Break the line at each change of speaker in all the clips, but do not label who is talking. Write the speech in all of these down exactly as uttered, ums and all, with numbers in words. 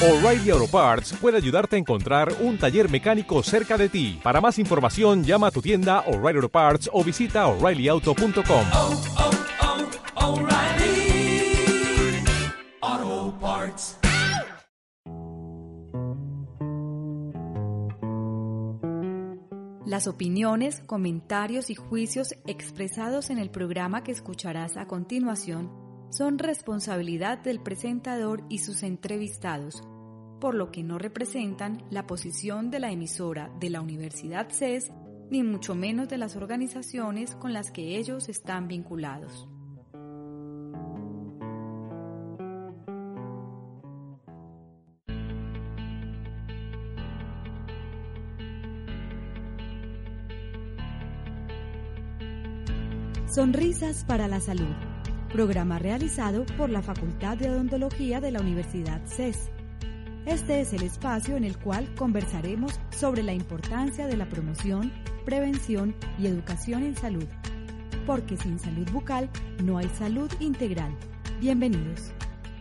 O'Reilly Auto Parts puede ayudarte a encontrar un taller mecánico cerca de ti. Para más información, llama a tu tienda O'Reilly Auto Parts o visita O'Reilly Auto punto com.
Oh, oh, oh, O'Reilly Auto Parts.
Las opiniones, comentarios y juicios expresados en el programa que escucharás a continuación son responsabilidad del presentador y sus entrevistados, por lo que no representan la posición de la emisora de la Universidad C E S, ni mucho menos de las organizaciones con las que ellos están vinculados. Sonrisas para la Salud, programa realizado por la Facultad de Odontología de la Universidad C E S. Este es el espacio en el cual conversaremos sobre la importancia de la promoción, prevención y educación en salud, porque sin salud bucal no hay salud integral. Bienvenidos.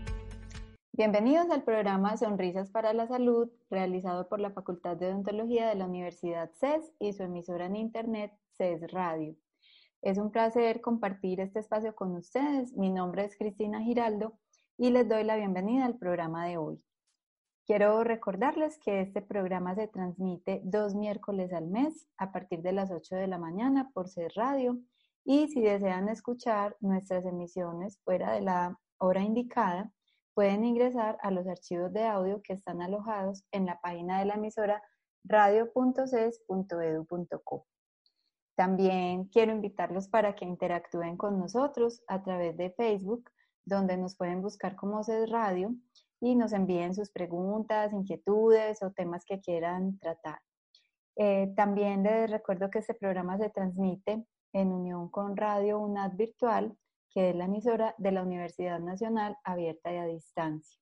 Bienvenidos al programa Sonrisas para la Salud, realizado por la Facultad de Odontología de la Universidad C E S y su emisora en internet C E S Radio. Es un placer compartir este espacio con ustedes. Mi nombre es Cristina Giraldo y les doy la bienvenida al programa de hoy. Quiero recordarles que este programa se transmite dos miércoles al mes a partir de las ocho de la mañana por C E S Radio, y si desean escuchar nuestras emisiones fuera de la hora indicada, pueden ingresar a los archivos de audio que están alojados en la página de la emisora radio punto c e s punto e d u punto co. También quiero invitarlos para que interactúen con nosotros a través de Facebook, donde nos pueden buscar como C E S Radio y nos envíen sus preguntas, inquietudes o temas que quieran tratar. Eh, también les recuerdo que este programa se transmite en unión con Radio UNAD Virtual, que es la emisora de la Universidad Nacional Abierta y a Distancia.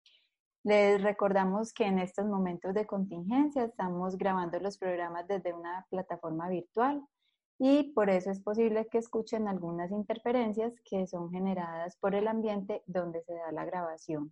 Les recordamos que en estos momentos de contingencia estamos grabando los programas desde una plataforma virtual, y por eso es posible que escuchen algunas interferencias que son generadas por el ambiente donde se da la grabación.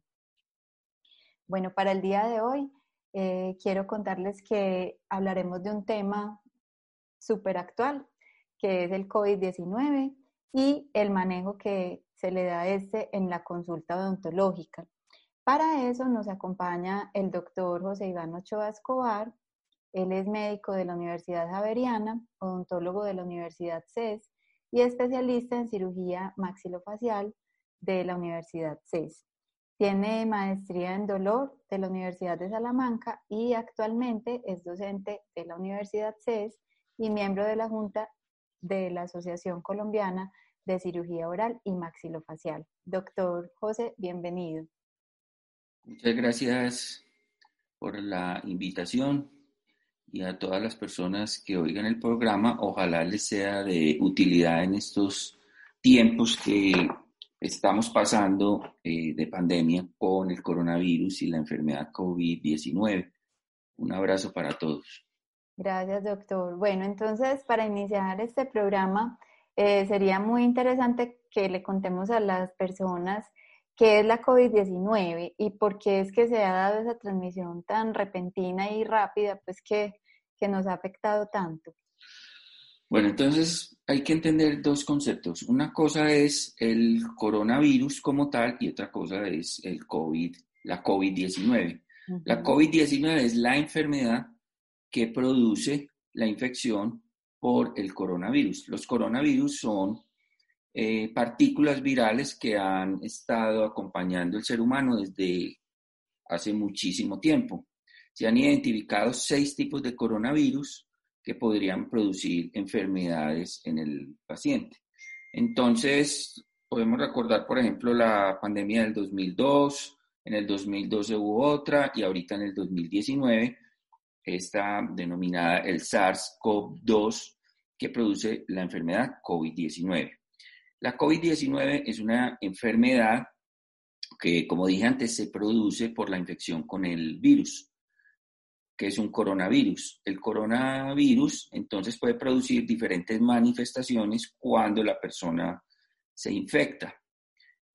Bueno, para el día de hoy eh, quiero contarles que hablaremos de un tema súper actual, que es el COVID diecinueve y el manejo que se le da a este en la consulta odontológica. Para eso nos acompaña el doctor José Iván Ochoa Escobar. Él es médico de la Universidad Javeriana, odontólogo de la Universidad C E S y especialista en cirugía maxilofacial de la Universidad C E S. Tiene maestría en dolor de la Universidad de Salamanca y actualmente es docente de la Universidad C E S y miembro de la Junta de la Asociación Colombiana de Cirugía Oral y Maxilofacial. Doctor José, bienvenido.
Muchas gracias por la invitación. Y a todas las personas que oigan el programa, ojalá les sea de utilidad en estos tiempos que estamos pasando eh, de pandemia con el coronavirus y la enfermedad COVID diecinueve. Un abrazo para todos.
Gracias, doctor. Bueno, entonces, para iniciar este programa, eh, sería muy interesante que le contemos a las personas qué es la COVID diecinueve y por qué es que se ha dado esa transmisión tan repentina y rápida, pues que, que nos ha afectado tanto.
Bueno, entonces hay que entender dos conceptos. Una cosa es el coronavirus como tal y otra cosa es el COVID, la COVID diecinueve. Uh-huh. La COVID diecinueve es la enfermedad que produce la infección por el coronavirus. Los coronavirus son eh, partículas virales que han estado acompañando al ser humano desde hace muchísimo tiempo. Se han identificado seis tipos de coronavirus que podrían producir enfermedades en el paciente. Entonces, podemos recordar, por ejemplo, la pandemia del dos mil dos, en el dos mil doce hubo otra y ahorita en el dos mil diecinueve, esta denominada el SARS-CoV dos, que produce la enfermedad COVID diecinueve. La COVID diecinueve es una enfermedad que, como dije antes, se produce por la infección con el virus, que es un coronavirus. El coronavirus entonces puede producir diferentes manifestaciones cuando la persona se infecta.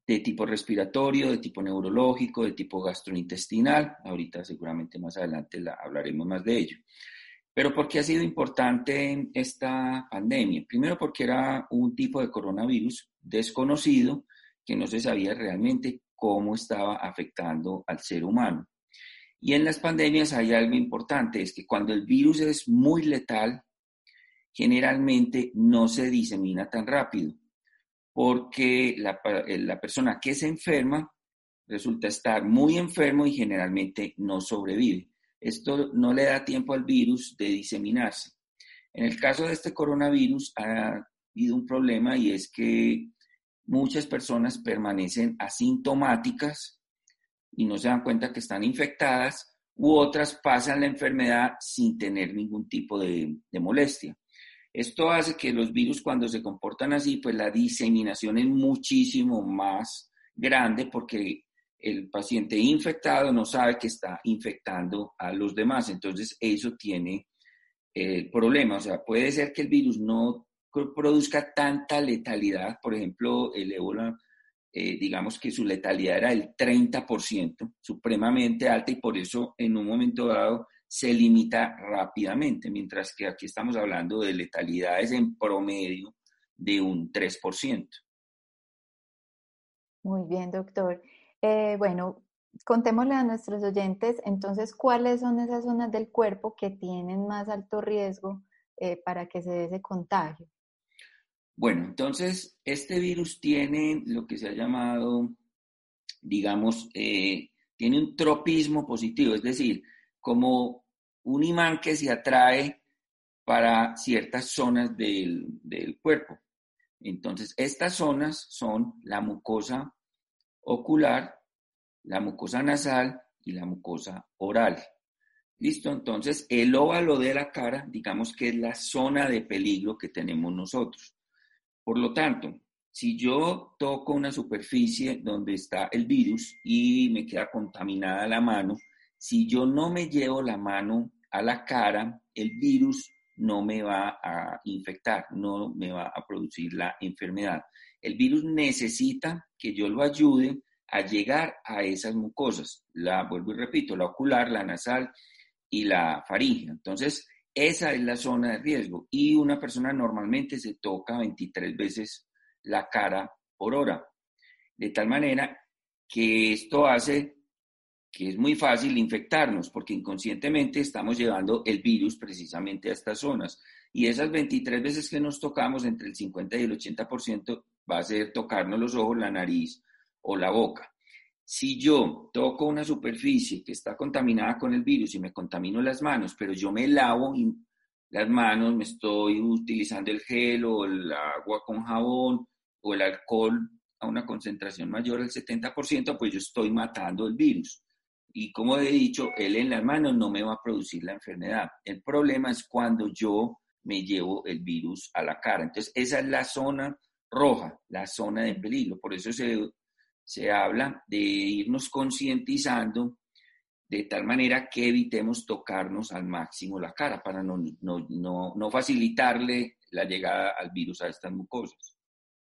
de tipo respiratorio, de tipo neurológico, de tipo gastrointestinal. Ahorita seguramente más adelante la, hablaremos más de ello. Pero ¿por qué ha sido importante esta pandemia? Primero porque era un tipo de coronavirus desconocido que no se sabía realmente cómo estaba afectando al ser humano. Y en las pandemias hay algo importante, es que cuando el virus es muy letal, generalmente no se disemina tan rápido, porque la, la persona que se enferma resulta estar muy enfermo y generalmente no sobrevive. Esto no le da tiempo al virus de diseminarse. En el caso de este coronavirus ha habido un problema y es que muchas personas permanecen asintomáticas y no se dan cuenta que están infectadas, u otras pasan la enfermedad sin tener ningún tipo de, de molestia. Esto hace que los virus, cuando se comportan así, pues la diseminación es muchísimo más grande porque el paciente infectado no sabe que está infectando a los demás. Entonces, eso tiene eh, problemas. O sea, puede ser que el virus no produzca tanta letalidad. Por ejemplo, el ébola, eh, digamos que su letalidad era del treinta por ciento, supremamente alta, y por eso en un momento dado se limita rápidamente, mientras que aquí estamos hablando de letalidades en promedio de un tres por ciento.
Muy bien, doctor. Eh, bueno, contémosle a nuestros oyentes, entonces, ¿cuáles son esas zonas del cuerpo que tienen más alto riesgo eh, para que se dé ese contagio?
Bueno, entonces, este virus tiene lo que se ha llamado, digamos, eh, tiene un tropismo positivo, es decir, como un imán que se atrae para ciertas zonas del, del cuerpo. Entonces, estas zonas son la mucosa ocular, la mucosa nasal y la mucosa oral. ¿Listo? Entonces, el óvalo de la cara, digamos que es la zona de peligro que tenemos nosotros. Por lo tanto, si yo toco una superficie donde está el virus y me queda contaminada la mano, si yo no me llevo la mano a la cara, el virus no me va a infectar, no me va a producir la enfermedad. El virus necesita que yo lo ayude a llegar a esas mucosas. La, vuelvo y repito, la ocular, la nasal y la faríngea. Entonces, esa es la zona de riesgo. Y una persona normalmente se toca veintitrés veces la cara por hora. De tal manera que esto hace que es muy fácil infectarnos, porque inconscientemente estamos llevando el virus precisamente a estas zonas. Y esas veintitrés veces que nos tocamos, entre el cincuenta y el ochenta por ciento va a ser tocarnos los ojos, la nariz o la boca. Si yo toco una superficie que está contaminada con el virus y me contamino las manos, pero yo me lavo las manos, me estoy utilizando el gel o el agua con jabón o el alcohol a una concentración mayor al setenta por ciento, pues yo estoy matando el virus. Y como he dicho, él en las manos no me va a producir la enfermedad. El problema es cuando yo me llevo el virus a la cara. Entonces, esa es la zona roja, la zona de peligro. Por eso se, se habla de irnos concientizando de tal manera que evitemos tocarnos al máximo la cara para no, no, no, no facilitarle la llegada al virus a estas mucosas.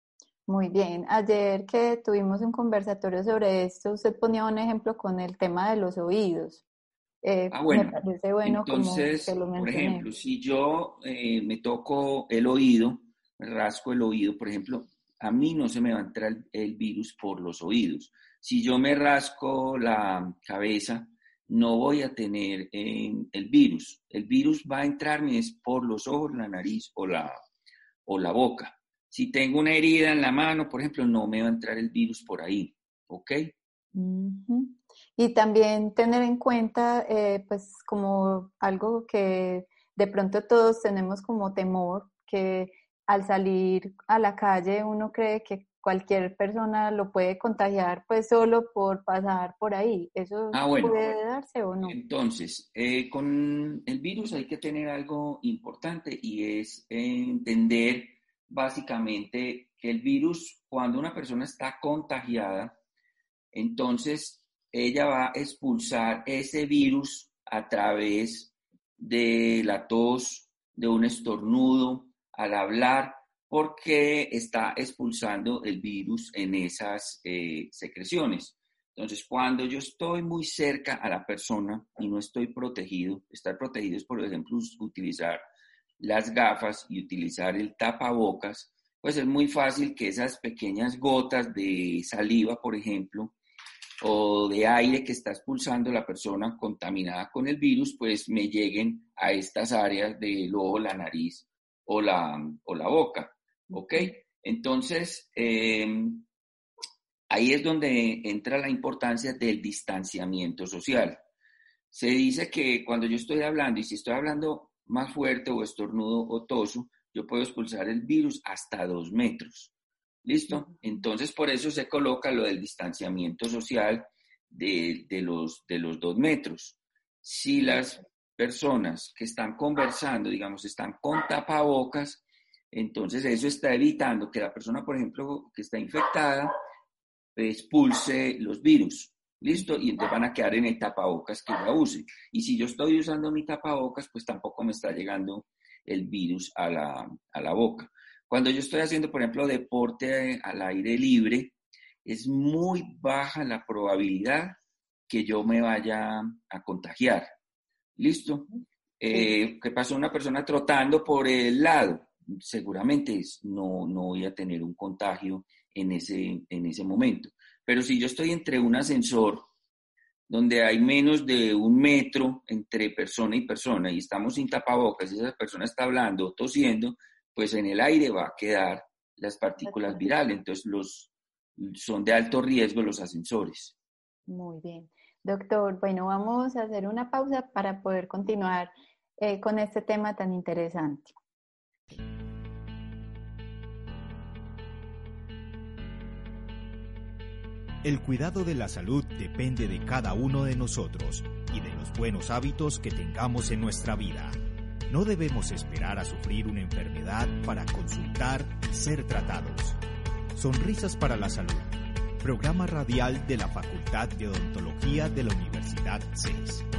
Muy bien. Ayer que tuvimos un conversatorio sobre esto, usted ponía un ejemplo con el tema de los oídos. Eh,
ah, bueno.
Me parece bueno
Entonces,
como que lo mencioné.
Por ejemplo, si yo eh, me toco el oído, me rasco el oído, por ejemplo, a mí no se me va a entrar el, el virus por los oídos. Si yo me rasco la cabeza, no voy a tener eh, el virus. El virus va a entrarme es por los ojos, la nariz o la, o la boca. Si tengo una herida en la mano, por ejemplo, no me va a entrar el virus por ahí, ¿ok?
Uh-huh. Y también tener en cuenta, eh, pues, como algo que de pronto todos tenemos como temor, que al salir a la calle uno cree que cualquier persona lo puede contagiar, pues, solo por pasar por ahí. ¿Eso
ah, bueno.
puede darse o no?
Entonces, eh, con el virus hay que tener algo importante y es entender básicamente que el virus, cuando una persona está contagiada, entonces ella va a expulsar ese virus a través de la tos, de un estornudo, al hablar porque está expulsando el virus en esas eh, secreciones. Entonces, cuando yo estoy muy cerca a la persona y no estoy protegido, estar protegido es, por ejemplo, utilizar las gafas y utilizar el tapabocas, pues es muy fácil que esas pequeñas gotas de saliva, por ejemplo, o de aire que está expulsando la persona contaminada con el virus, pues me lleguen a estas áreas del ojo, la nariz o la, o la boca, ¿ok? Entonces, eh, ahí es donde entra la importancia del distanciamiento social. Se dice que cuando yo estoy hablando, y si estoy hablando más fuerte o estornudo o toso, yo puedo expulsar el virus hasta dos metros. ¿Listo? Entonces, por eso se coloca lo del distanciamiento social de, de, los, de los dos metros. Si las personas que están conversando, digamos, están con tapabocas, entonces eso está evitando que la persona, por ejemplo, que está infectada, expulse los virus. ¿Listo? Y entonces van a quedar en el tapabocas que ya use. Y si yo estoy usando mi tapabocas, pues tampoco me está llegando el virus a la, a la boca. Cuando yo estoy haciendo, por ejemplo, deporte al aire libre, es muy baja la probabilidad que yo me vaya a contagiar. ¿Listo? Eh, ¿Qué pasó? Una persona trotando por el lado. Seguramente es, no, no voy a tener un contagio en ese, en ese momento. Pero si yo estoy entre un ascensor donde hay menos de un metro entre persona y persona y estamos sin tapabocas y esa persona está hablando o tosiendo, pues en el aire va a quedar las partículas virales. Entonces los, son de alto riesgo los ascensores.
Muy bien. Doctor, bueno, vamos a hacer una pausa para poder continuar eh, con este tema tan interesante.
El cuidado de la salud depende de cada uno de nosotros y de los buenos hábitos que tengamos en nuestra vida. No debemos esperar a sufrir una enfermedad para consultar y ser tratados. Sonrisas para la Salud, programa radial de la Facultad de Odontología de la Universidad C E S.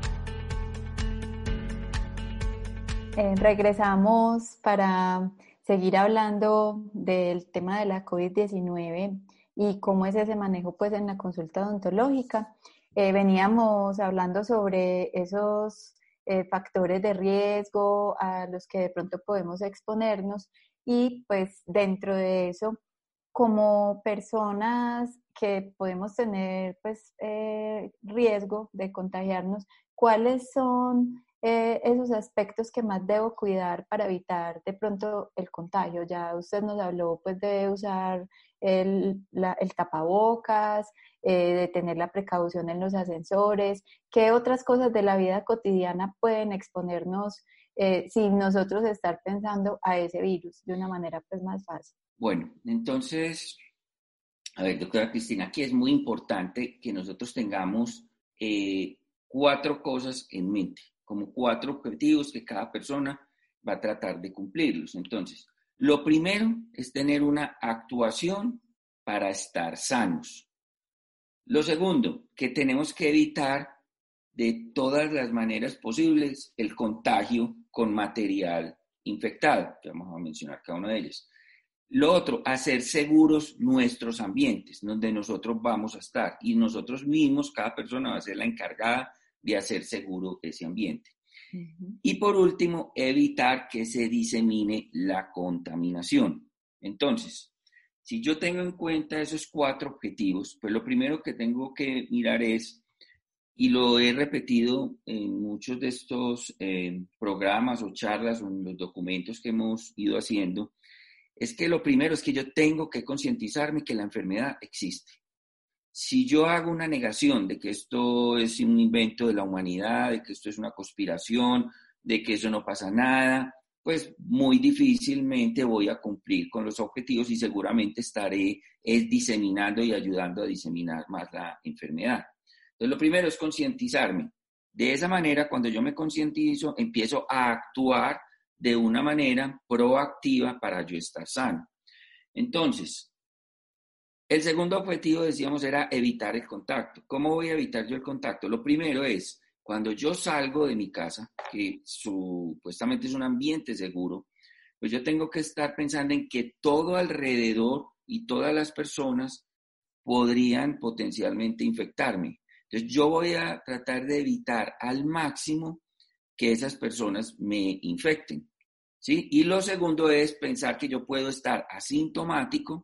Eh, regresamos para seguir hablando del tema de la COVID diecinueve y cómo es ese manejo pues en la consulta odontológica. Eh, veníamos hablando sobre esos eh, factores de riesgo a los que de pronto podemos exponernos y pues dentro de eso, como personas que podemos tener pues eh, riesgo de contagiarnos, ¿cuáles son eh, esos aspectos que más debo cuidar para evitar de pronto el contagio? Ya usted nos habló pues de usar el, la, el tapabocas, eh, de tener la precaución en los ascensores. ¿Qué otras cosas de la vida cotidiana pueden exponernos eh, sin nosotros estar pensando a ese virus de una manera pues más fácil?
Bueno, entonces, a ver, doctora Cristina, aquí es muy importante que nosotros tengamos eh, cuatro cosas en mente, como cuatro objetivos que cada persona va a tratar de cumplirlos. Entonces, lo primero es tener una actuación para estar sanos. Lo segundo, que tenemos que evitar de todas las maneras posibles el contagio con material infectado, que vamos a mencionar cada una de ellas. Lo otro, hacer seguros nuestros ambientes, donde nosotros vamos a estar. Y nosotros mismos, cada persona va a ser la encargada de hacer seguro ese ambiente. Uh-huh. Y por último, evitar que se disemine la contaminación. Entonces, si yo tengo en cuenta esos cuatro objetivos, pues lo primero que tengo que mirar es, y lo he repetido en muchos de estos eh, programas o charlas o en los documentos que hemos ido haciendo, es que lo primero es que yo tengo que concientizarme que la enfermedad existe. Si yo hago una negación de que esto es un invento de la humanidad, de que esto es una conspiración, de que eso no pasa nada, pues muy difícilmente voy a cumplir con los objetivos y seguramente estaré es, diseminando y ayudando a diseminar más la enfermedad. Entonces, lo primero es concientizarme. De esa manera, cuando yo me concientizo, empiezo a actuar de una manera proactiva para yo estar sano. Entonces, el segundo objetivo, decíamos, era evitar el contacto. ¿Cómo voy a evitar yo el contacto? Lo primero es, cuando yo salgo de mi casa, que supuestamente es un ambiente seguro, pues yo tengo que estar pensando en que todo alrededor y todas las personas podrían potencialmente infectarme. Entonces yo voy a tratar de evitar al máximo que esas personas me infecten, ¿sí? Y lo segundo es pensar que yo puedo estar asintomático,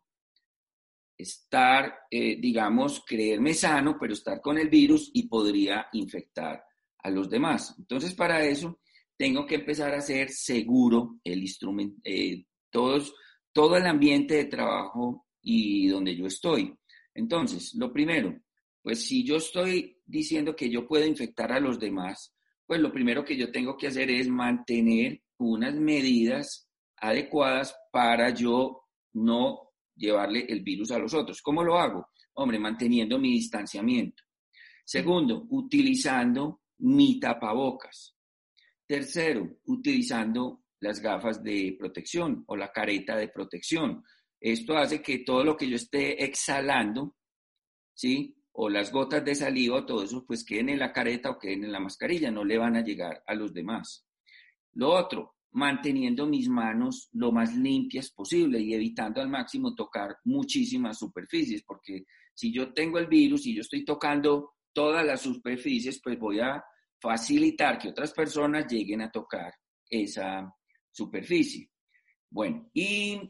estar, eh, digamos, creerme sano, pero estar con el virus y podría infectar a los demás. Entonces, para eso, tengo que empezar a hacer seguro el instrumento, eh, todos, todo el ambiente de trabajo y donde yo estoy. Entonces, lo primero, pues si yo estoy diciendo que yo puedo infectar a los demás, pues lo primero que yo tengo que hacer es mantener unas medidas adecuadas para yo no llevarle el virus a los otros. ¿Cómo lo hago? Hombre, manteniendo mi distanciamiento. Segundo, utilizando mi tapabocas. Tercero, utilizando las gafas de protección o la careta de protección. Esto hace que todo lo que yo esté exhalando, ¿sí?, o las gotas de saliva, todo eso, pues queden en la careta o queden en la mascarilla, no le van a llegar a los demás. Lo otro, manteniendo mis manos lo más limpias posible y evitando al máximo tocar muchísimas superficies, porque si yo tengo el virus y yo estoy tocando todas las superficies, pues voy a facilitar que otras personas lleguen a tocar esa superficie. Bueno, y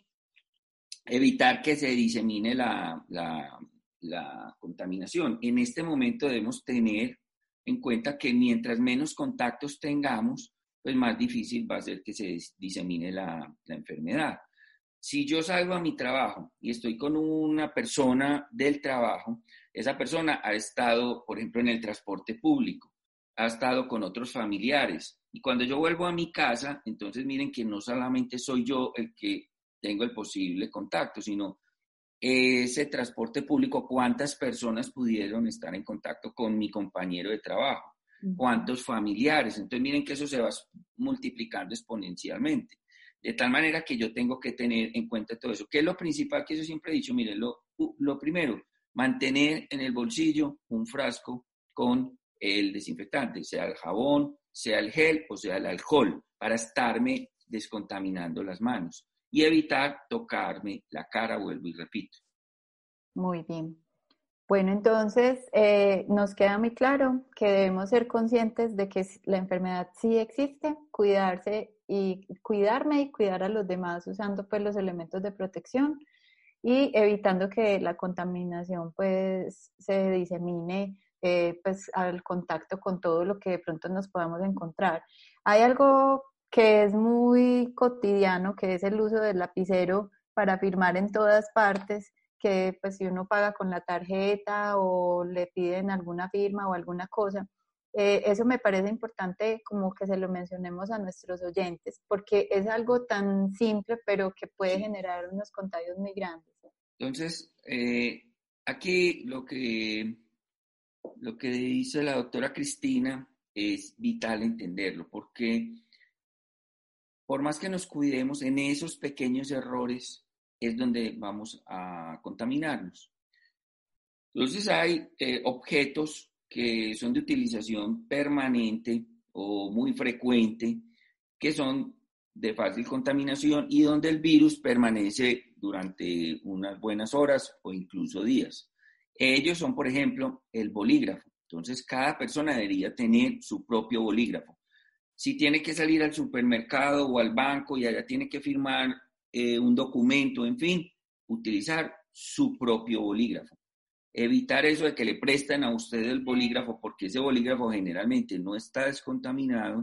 evitar que se disemine la, la, la contaminación. En este momento debemos tener en cuenta que mientras menos contactos tengamos, pues más difícil va a ser que se disemine la, la enfermedad. Si yo salgo a mi trabajo y estoy con una persona del trabajo, esa persona ha estado, por ejemplo, en el transporte público, ha estado con otros familiares. Y cuando yo vuelvo a mi casa, entonces miren que no solamente soy yo el que tengo el posible contacto, sino ese transporte público, cuántas personas pudieron estar en contacto con mi compañero de trabajo, cuántos familiares. Entonces miren que eso se va multiplicando exponencialmente. De tal manera que yo tengo que tener en cuenta todo eso. ¿Qué es lo principal que yo siempre he dicho? Miren, lo, lo primero, mantener en el bolsillo un frasco con el desinfectante, sea el jabón, sea el gel o sea el alcohol, para estarme descontaminando las manos y evitar tocarme la cara, vuelvo y repito.
Muy bien. Bueno, entonces eh, nos queda muy claro que debemos ser conscientes de que la enfermedad sí existe, cuidarse y cuidarme y cuidar a los demás usando pues los elementos de protección y evitando que la contaminación pues se disemine eh, pues al contacto con todo lo que de pronto nos podamos encontrar. Hay algo que es muy cotidiano, que es el uso del lapicero para firmar en todas partes, que pues si uno paga con la tarjeta o le piden alguna firma o alguna cosa, eh, eso me parece importante como que se lo mencionemos a nuestros oyentes, porque es algo tan simple, pero que puede
Sí.
generar unos contagios muy grandes.
Entonces, eh, aquí lo que, lo que dice la doctora Cristina es vital entenderlo, porque por más que nos cuidemos, en esos pequeños errores es donde vamos a contaminarnos. Entonces hay eh, objetos que son de utilización permanente o muy frecuente, que son de fácil contaminación y donde el virus permanece durante unas buenas horas o incluso días. Ellos son, por ejemplo, el bolígrafo. Entonces, cada persona debería tener su propio bolígrafo. Si tiene que salir al supermercado o al banco y allá tiene que firmar eh, un documento, en fin, utilizar su propio bolígrafo. Evitar eso de que le presten a usted el bolígrafo, porque ese bolígrafo generalmente no está descontaminado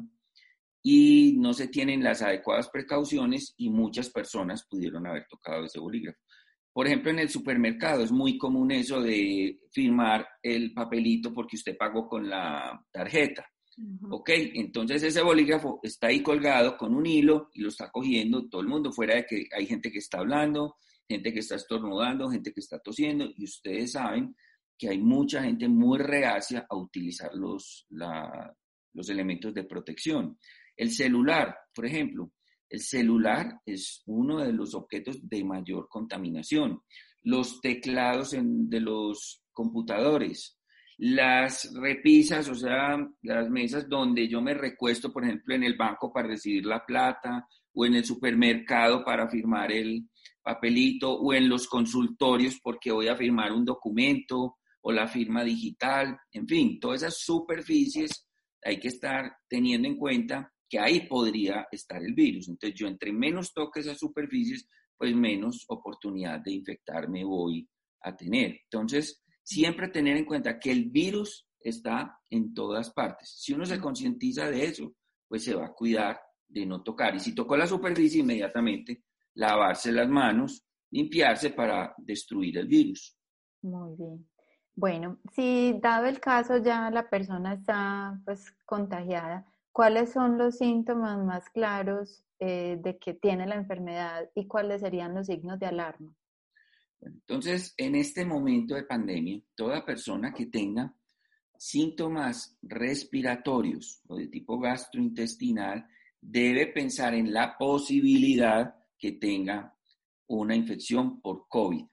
y no se tienen las adecuadas precauciones y muchas personas pudieron haber tocado ese bolígrafo. Por ejemplo, en el supermercado es muy común eso de firmar el papelito porque usted pagó con la tarjeta. Uh-huh. Ok, entonces ese bolígrafo está ahí colgado con un hilo y lo está cogiendo todo el mundo, fuera de que hay gente que está hablando, gente que está estornudando, gente que está tosiendo, y ustedes saben que hay mucha gente muy reacia a utilizar los, la, los elementos de protección. El celular, por ejemplo, el celular es uno de los objetos de mayor contaminación. Los teclados en, de los computadores, las repisas, o sea, las mesas donde yo me recuesto, por ejemplo, en el banco para recibir la plata o en el supermercado para firmar el papelito, o en los consultorios porque voy a firmar un documento, o la firma digital, en fin, todas esas superficies hay que estar teniendo en cuenta que ahí podría estar el virus. Entonces yo entre menos toque esas superficies, pues menos oportunidad de infectarme voy a tener. Entonces, siempre tener en cuenta que el virus está en todas partes. Si uno se concientiza de eso, pues se va a cuidar de no tocar. Y si tocó la superficie, inmediatamente lavarse las manos, limpiarse para destruir el virus.
Muy bien. Bueno, si dado el caso ya la persona está pues contagiada, ¿cuáles son los síntomas más claros eh, de que tiene la enfermedad y cuáles serían los signos de alarma?
Entonces, en este momento de pandemia, toda persona que tenga síntomas respiratorios o de tipo gastrointestinal debe pensar en la posibilidad que tenga una infección por COVID.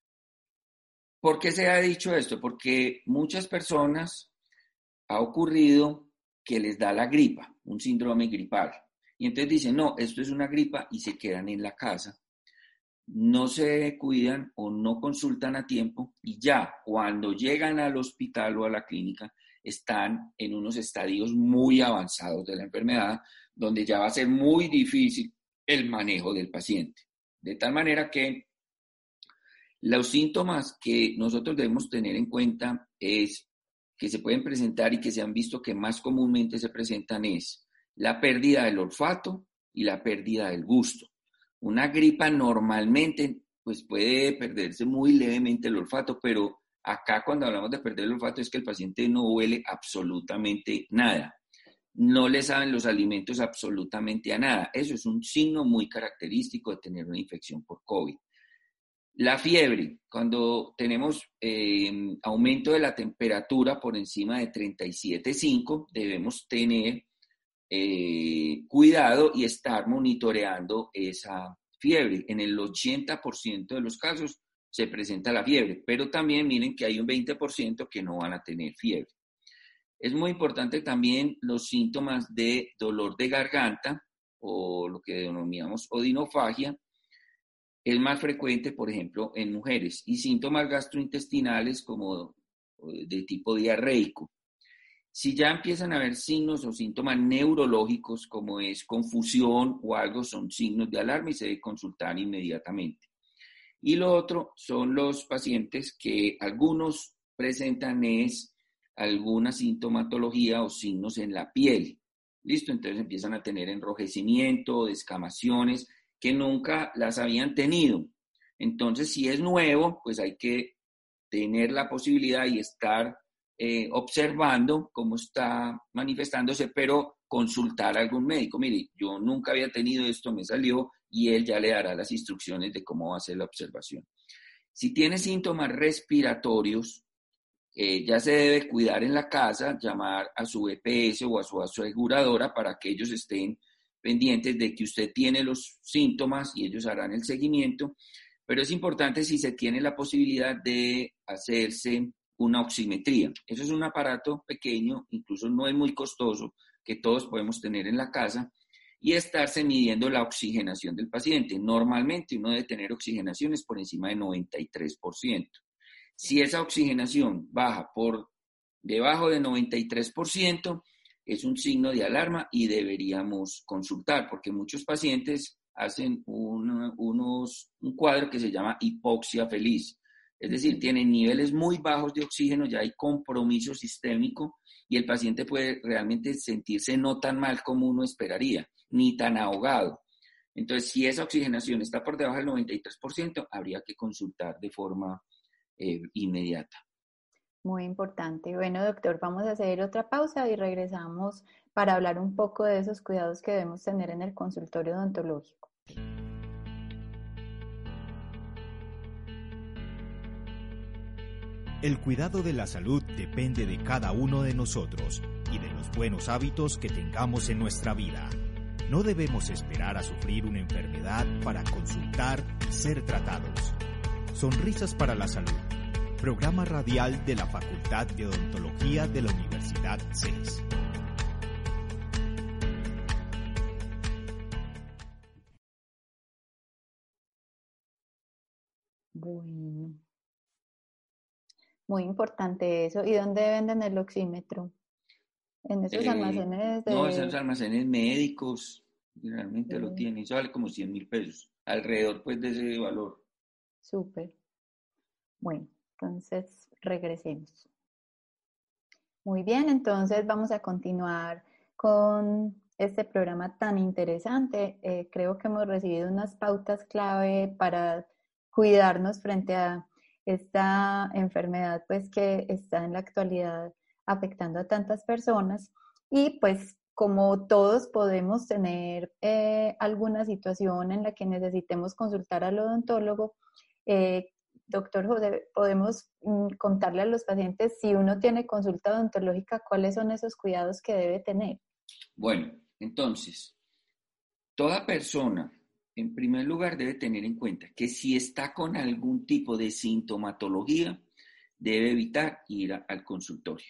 ¿Por qué se ha dicho esto? Porque muchas personas ha ocurrido que les da la gripa, un síndrome gripal. Y entonces dicen, no, esto es una gripa y se quedan en la casa. No se cuidan o no consultan a tiempo y ya cuando llegan al hospital o a la clínica están en unos estadios muy avanzados de la enfermedad donde ya va a ser muy difícil el manejo del paciente. De tal manera que los síntomas que nosotros debemos tener en cuenta es que se pueden presentar y que se han visto que más comúnmente se presentan es la pérdida del olfato y la pérdida del gusto. Una gripa normalmente pues puede perderse muy levemente el olfato, pero acá cuando hablamos de perder el olfato es que el paciente no huele absolutamente nada. No le saben los alimentos absolutamente a nada. Eso es un signo muy característico de tener una infección por COVID. La fiebre, cuando tenemos eh, aumento de la temperatura por encima de treinta y siete punto cinco, debemos tener eh, cuidado y estar monitoreando esa fiebre. En el ochenta por ciento de los casos se presenta la fiebre, pero también miren que hay un veinte por ciento que no van a tener fiebre. Es muy importante también los síntomas de dolor de garganta o lo que denominamos odinofagia. Es más frecuente, por ejemplo, en mujeres y síntomas gastrointestinales como de tipo diarreico. Si ya empiezan a haber signos o síntomas neurológicos como es confusión o algo, son signos de alarma y se debe consultar inmediatamente. Y lo otro son los pacientes que algunos presentan es alguna sintomatología o signos en la piel. ¿Listo? Entonces empiezan a tener enrojecimiento, descamaciones, que nunca las habían tenido. Entonces, si es nuevo, pues hay que tener la posibilidad y estar eh, observando cómo está manifestándose, pero consultar a algún médico. Mire, yo nunca había tenido esto, me salió, y él ya le dará las instrucciones de cómo va a hacer la observación. Si tiene síntomas respiratorios, eh, ya se debe cuidar en la casa, llamar a su E P S o a su aseguradora para que ellos estén pendientes de que usted tiene los síntomas y ellos harán el seguimiento, pero es importante si se tiene la posibilidad de hacerse una oximetría. Eso es un aparato pequeño, incluso no es muy costoso, que todos podemos tener en la casa, y estarse midiendo la oxigenación del paciente. Normalmente uno debe tener oxigenaciones por encima de noventa y tres por ciento. Si esa oxigenación baja por debajo de noventa y tres por ciento, es un signo de alarma y deberíamos consultar, porque muchos pacientes hacen un, unos, un cuadro que se llama hipoxia feliz. Es decir, tienen niveles muy bajos de oxígeno, ya hay compromiso sistémico y el paciente puede realmente sentirse no tan mal como uno esperaría, ni tan ahogado. Entonces, si esa oxigenación está por debajo del noventa y tres por ciento, habría que consultar de forma eh, inmediata.
Muy importante. Bueno, doctor, vamos a hacer otra pausa y regresamos para hablar un poco de esos cuidados que debemos tener en el consultorio odontológico.
El cuidado de la salud depende de cada uno de nosotros y de los buenos hábitos que tengamos en nuestra vida. No debemos esperar a sufrir una enfermedad para consultar y ser tratados. Sonrisas para la Salud, programa radial de la Facultad de Odontología de la Universidad C E S.
Bueno, muy importante eso. ¿Y dónde venden el oxímetro? En esos
Eh,
almacenes de...
no, esos almacenes médicos realmente
Sí.
lo tienen, eso vale como cien mil pesos, alrededor pues de ese valor.
Súper. Bueno, entonces regresemos. Muy bien, entonces vamos a continuar con este programa tan interesante. Eh, creo que hemos recibido unas pautas clave para cuidarnos frente a esta enfermedad, pues que está en la actualidad afectando a tantas personas. Y pues como todos podemos tener eh, alguna situación en la que necesitemos consultar al odontólogo, eh, doctor José, podemos mm, contarle a los pacientes si uno tiene consulta odontológica, cuáles son esos cuidados que debe tener.
Bueno, entonces, toda persona, en primer lugar, debe tener en cuenta que si está con algún tipo de sintomatología, debe evitar ir a, al consultorio.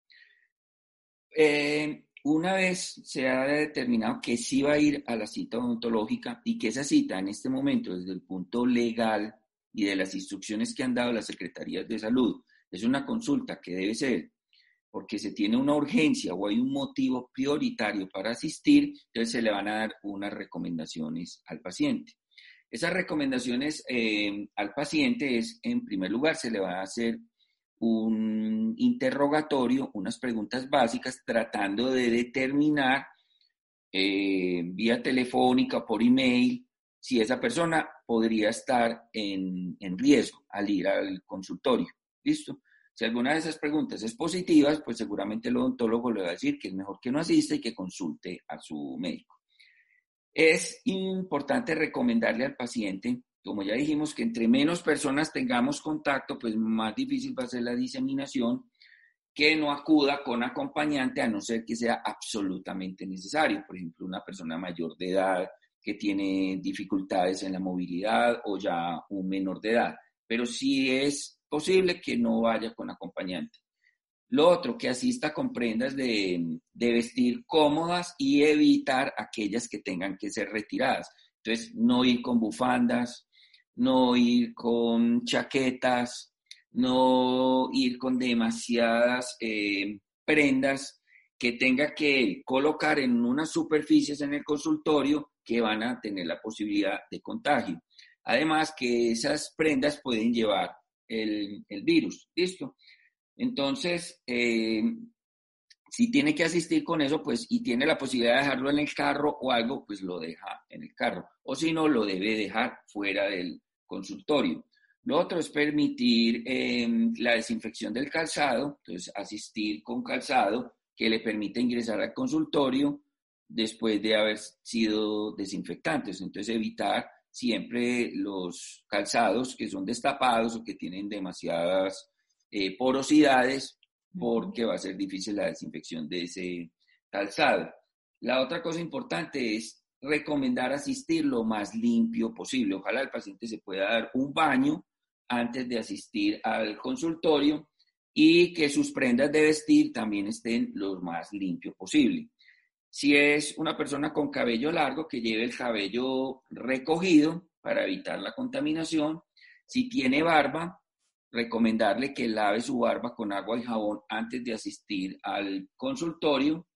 Eh, una vez se ha determinado que sí va a ir a la cita odontológica y que esa cita en este momento, desde el punto legal y de las instrucciones que han dado las secretarías de salud, es una consulta que debe ser porque se tiene una urgencia o hay un motivo prioritario para asistir, entonces se le van a dar unas recomendaciones al paciente. Esas recomendaciones eh, al paciente es, en primer lugar, se le va a hacer un interrogatorio, unas preguntas básicas tratando de determinar eh, vía telefónica o por email si esa persona podría estar en, en riesgo al ir al consultorio. ¿Listo? Si alguna de esas preguntas es positiva, pues seguramente el odontólogo le va a decir que es mejor que no asista y que consulte a su médico. Es importante recomendarle al paciente, como ya dijimos, que entre menos personas tengamos contacto, pues más difícil va a ser la diseminación, que no acuda con acompañante a no ser que sea absolutamente necesario. Por ejemplo, una persona mayor de edad que tiene dificultades en la movilidad o ya un menor de edad. Pero sí es posible que no vaya con acompañante. Lo otro, que asista con prendas de, de vestir cómodas y evitar aquellas que tengan que ser retiradas. Entonces, no ir con bufandas, no ir con chaquetas, no ir con demasiadas eh, prendas que tenga que colocar en unas superficies en el consultorio que van a tener la posibilidad de contagio. Además, que esas prendas pueden llevar el, el virus. ¿Listo? Entonces, eh, si tiene que asistir con eso, pues, y tiene la posibilidad de dejarlo en el carro o algo, pues lo deja en el carro. O si no, lo debe dejar fuera del consultorio. Lo otro es permitir eh, la desinfección del calzado, entonces asistir con calzado que le permite ingresar al consultorio después de haber sido desinfectantes. Entonces, evitar siempre los calzados que son destapados o que tienen demasiadas Eh, porosidades, porque va a ser difícil la desinfección de ese calzado. La otra cosa importante es recomendar asistir lo más limpio posible. Ojalá el paciente se pueda dar un baño antes de asistir al consultorio y que sus prendas de vestir también estén lo más limpio posible. Si es una persona con cabello largo, que lleve el cabello recogido para evitar la contaminación. Si tiene barba, recomendarle que lave su barba con agua y jabón antes de asistir al consultorio,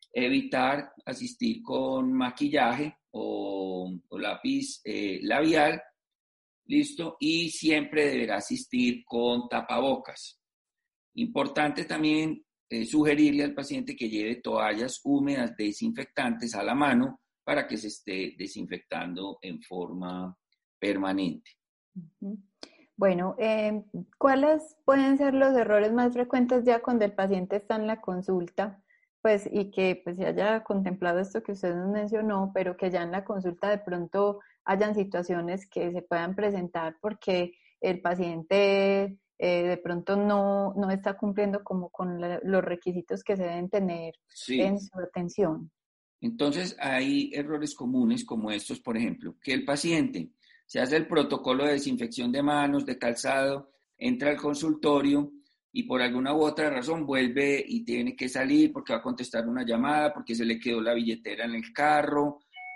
evitar asistir con maquillaje o, o lápiz eh, labial, listo, y siempre deberá asistir con tapabocas. Importante también eh, sugerirle al paciente que lleve toallas húmedas desinfectantes a la mano para que se esté desinfectando en forma permanente.
Uh-huh. Bueno, eh, ¿cuáles pueden ser los errores más frecuentes ya cuando el paciente está en la consulta? Pues, y que pues se haya contemplado esto que usted nos mencionó, pero que ya en la consulta de pronto hayan situaciones que se puedan presentar porque el paciente eh, de pronto no, no está cumpliendo como con la, los requisitos que se deben tener
Sí.
en su atención.
Entonces, hay errores comunes como estos, por ejemplo, que el paciente se hace el protocolo de desinfección de manos, de calzado, entra al consultorio y por alguna u otra razón vuelve y tiene que salir porque va a contestar una llamada, porque se le quedó la billetera en el carro,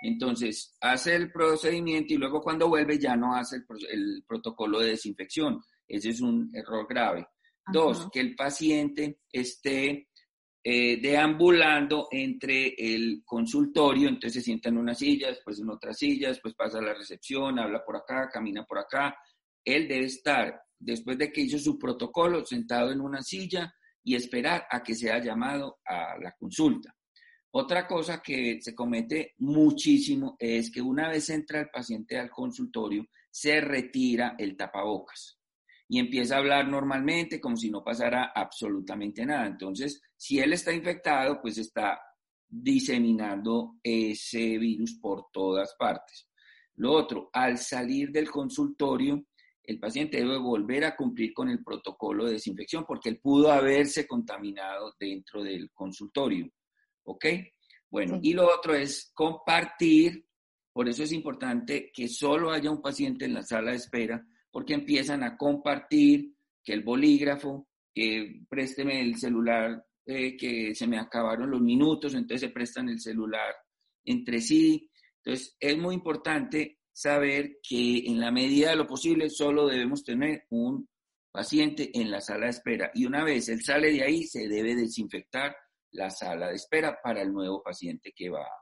Entonces, hace el procedimiento y luego cuando vuelve ya no hace el, el protocolo de desinfección. Ese es un error grave. Ajá. Dos, que el paciente esté eh, deambulando entre el consultorio, entonces se sienta en una silla, después en otra silla, después pasa a la recepción, habla por acá, camina por acá. Él debe estar, después de que hizo su protocolo, sentado en una silla y esperar a que sea llamado a la consulta. Otra cosa que se comete muchísimo es que una vez entra el paciente al consultorio, se retira el tapabocas y empieza a hablar normalmente como si no pasara absolutamente nada. Entonces, si él está infectado, pues está diseminando ese virus por todas partes. Lo otro, al salir del consultorio, el paciente debe volver a cumplir con el protocolo de desinfección porque él pudo haberse contaminado dentro del consultorio. ¿Ok? Bueno, sí. Y lo otro es compartir, por eso es importante que solo haya un paciente en la sala de espera, porque empiezan a compartir que el bolígrafo, que présteme el celular, eh, que se me acabaron los minutos, entonces se prestan el celular entre sí. Entonces, es muy importante saber que en la medida de lo posible solo debemos tener un paciente en la sala de espera y una vez él sale de ahí, se debe desinfectar la sala de espera para el nuevo paciente que va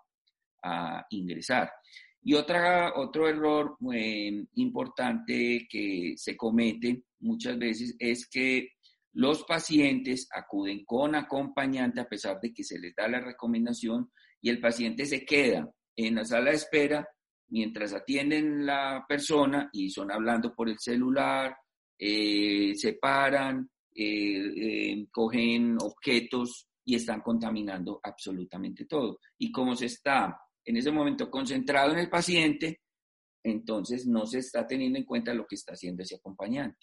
a ingresar. Y otra, otro error eh, importante que se comete muchas veces es que los pacientes acuden con acompañante a pesar de que se les da la recomendación y el paciente se queda en la sala de espera mientras atienden la persona y son hablando por el celular, eh, se paran, eh, eh, cogen objetos y están contaminando absolutamente todo. Y como se está en ese momento concentrado en el paciente, entonces no se está teniendo en cuenta lo que está haciendo ese acompañante.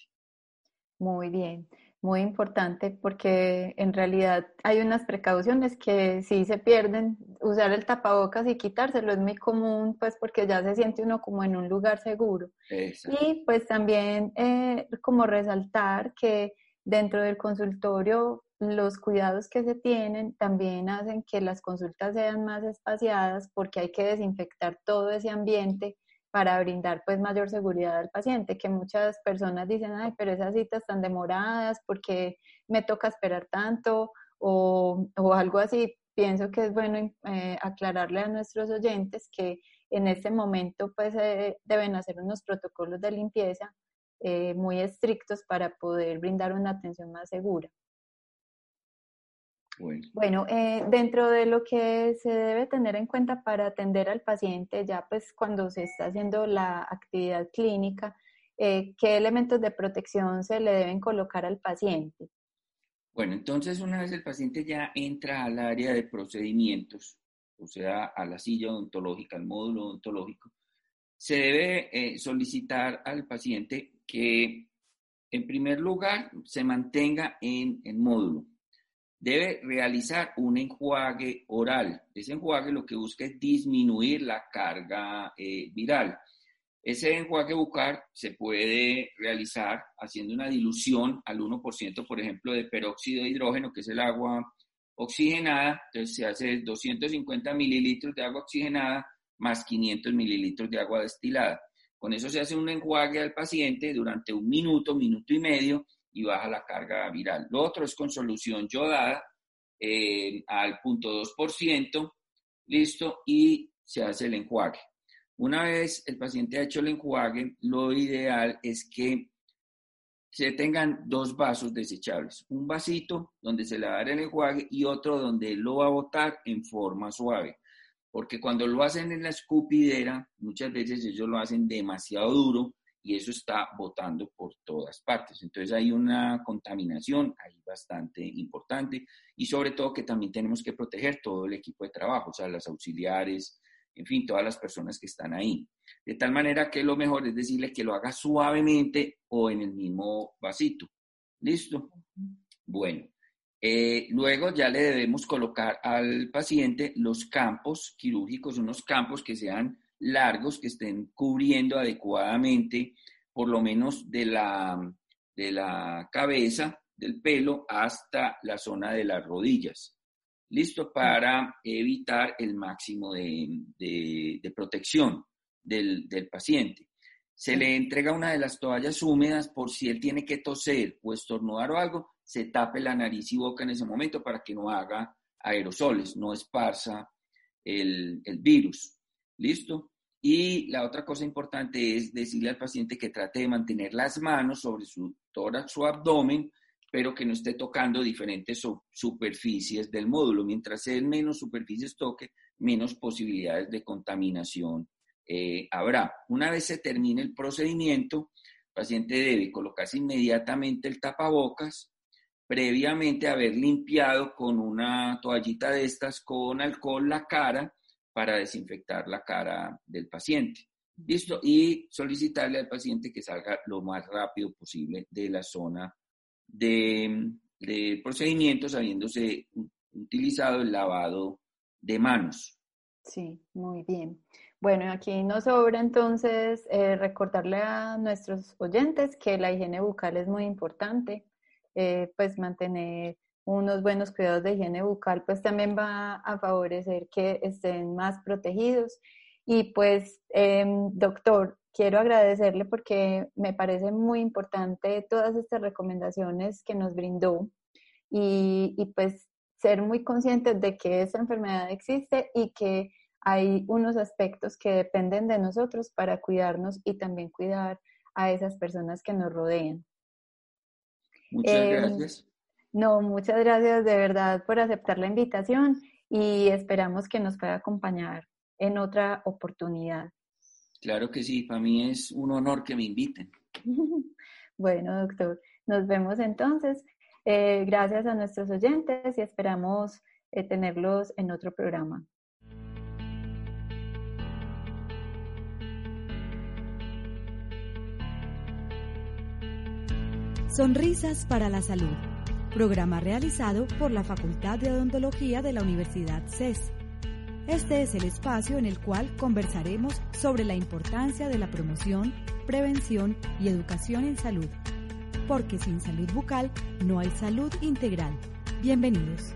Muy bien, muy importante porque en realidad hay unas precauciones que sí se pierden. Usar el tapabocas y quitárselo es muy común, pues porque ya se siente uno como en un lugar seguro. Exacto. Y pues también eh, como resaltar que dentro del consultorio los cuidados que se tienen también hacen que las consultas sean más espaciadas porque hay que desinfectar todo ese ambiente para brindar pues mayor seguridad al paciente, que muchas personas dicen, ay, pero esas citas tan demoradas, ¿por qué me toca esperar tanto? O, o algo así. Pienso que es bueno eh, aclararle a nuestros oyentes que en este momento pues eh, deben hacer unos protocolos de limpieza eh, muy estrictos para poder brindar una atención más segura. Bueno, bueno eh, dentro de lo que se debe tener en cuenta para atender al paciente, ya pues cuando se está haciendo la actividad clínica, eh, ¿qué elementos de protección se le deben colocar al paciente?
Bueno, entonces una vez el paciente ya entra al área de procedimientos, o sea, a la silla odontológica, al módulo odontológico, se debe eh, solicitar al paciente que en primer lugar se mantenga en el módulo. Debe realizar un enjuague oral. Ese enjuague lo que busca es disminuir la carga eh, viral. Ese enjuague bucal se puede realizar haciendo una dilución al uno por ciento, por ejemplo, de peróxido de hidrógeno, que es el agua oxigenada. Entonces se hace doscientos cincuenta mililitros de agua oxigenada más quinientos mililitros de agua destilada. Con eso se hace un enjuague al paciente durante un minuto, minuto y medio, y baja la carga viral. Lo otro es con solución yodada eh, al cero punto dos por ciento, listo, y se hace el enjuague. Una vez el paciente ha hecho el enjuague, lo ideal es que se tengan dos vasos desechables. Un vasito donde se le va a dar el enjuague y otro donde lo va a botar en forma suave. Porque cuando lo hacen en la escupidera, muchas veces ellos lo hacen demasiado duro y eso está botando por todas partes. Entonces hay una contaminación ahí bastante importante y sobre todo que también tenemos que proteger todo el equipo de trabajo, o sea, las auxiliares, en fin, todas las personas que están ahí. De tal manera que lo mejor es decirle que lo haga suavemente o en el mismo vasito. ¿Listo? Bueno, eh, luego ya le debemos colocar al paciente los campos quirúrgicos, unos campos que sean largos, que estén cubriendo adecuadamente por lo menos de la, de la cabeza, del pelo, hasta la zona de las rodillas. listo, para evitar el máximo de, de, de protección del, del paciente. Se le entrega una de las toallas húmedas por si él tiene que toser o estornudar o algo, se tape la nariz y boca en ese momento para que no haga aerosoles, no esparza el, el virus. ¿Listo? Y la otra cosa importante es decirle al paciente que trate de mantener las manos sobre su tórax o abdomen, pero que no esté tocando diferentes superficies del módulo. Mientras él menos superficies toque, menos posibilidades de contaminación eh, habrá. Una vez se termine el procedimiento, el paciente debe colocarse inmediatamente el tapabocas, previamente haber limpiado con una toallita de estas con alcohol la cara para desinfectar la cara del paciente. ¿Listo? Y solicitarle al paciente que salga lo más rápido posible de la zona de, de procedimientos, habiéndose utilizado el lavado de manos.
Sí, muy bien. Bueno, aquí nos sobra entonces eh, recordarle a nuestros oyentes que la higiene bucal es muy importante. Eh, pues mantener unos buenos cuidados de higiene bucal pues también va a favorecer que estén más protegidos. Y pues, eh, doctor, quiero agradecerle porque me parece muy importante todas estas recomendaciones que nos brindó y, y pues ser muy conscientes de que esta enfermedad existe y que hay unos aspectos que dependen de nosotros para cuidarnos y también cuidar a esas personas que nos rodean.
Muchas
eh,
gracias.
No, muchas gracias de verdad por aceptar la invitación y esperamos que nos pueda acompañar en otra oportunidad.
Claro que sí, para mí es un honor que me inviten.
Bueno, doctor, nos vemos entonces. Eh, gracias a nuestros oyentes y esperamos eh, tenerlos en otro programa.
Sonrisas para la Salud, programa realizado por la Facultad de Odontología de la Universidad C E S. Este es el espacio en el cual conversaremos sobre la importancia de la promoción, prevención y educación en salud, porque sin salud bucal no hay salud integral. Bienvenidos.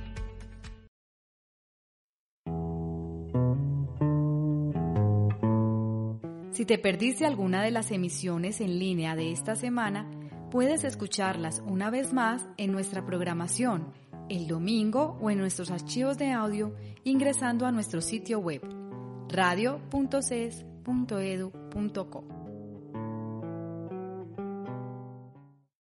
Si te perdiste alguna de las emisiones en línea de esta semana, puedes escucharlas una vez más en nuestra programación, el domingo o en nuestros archivos de audio ingresando a nuestro sitio web radio punto ces punto edu punto co.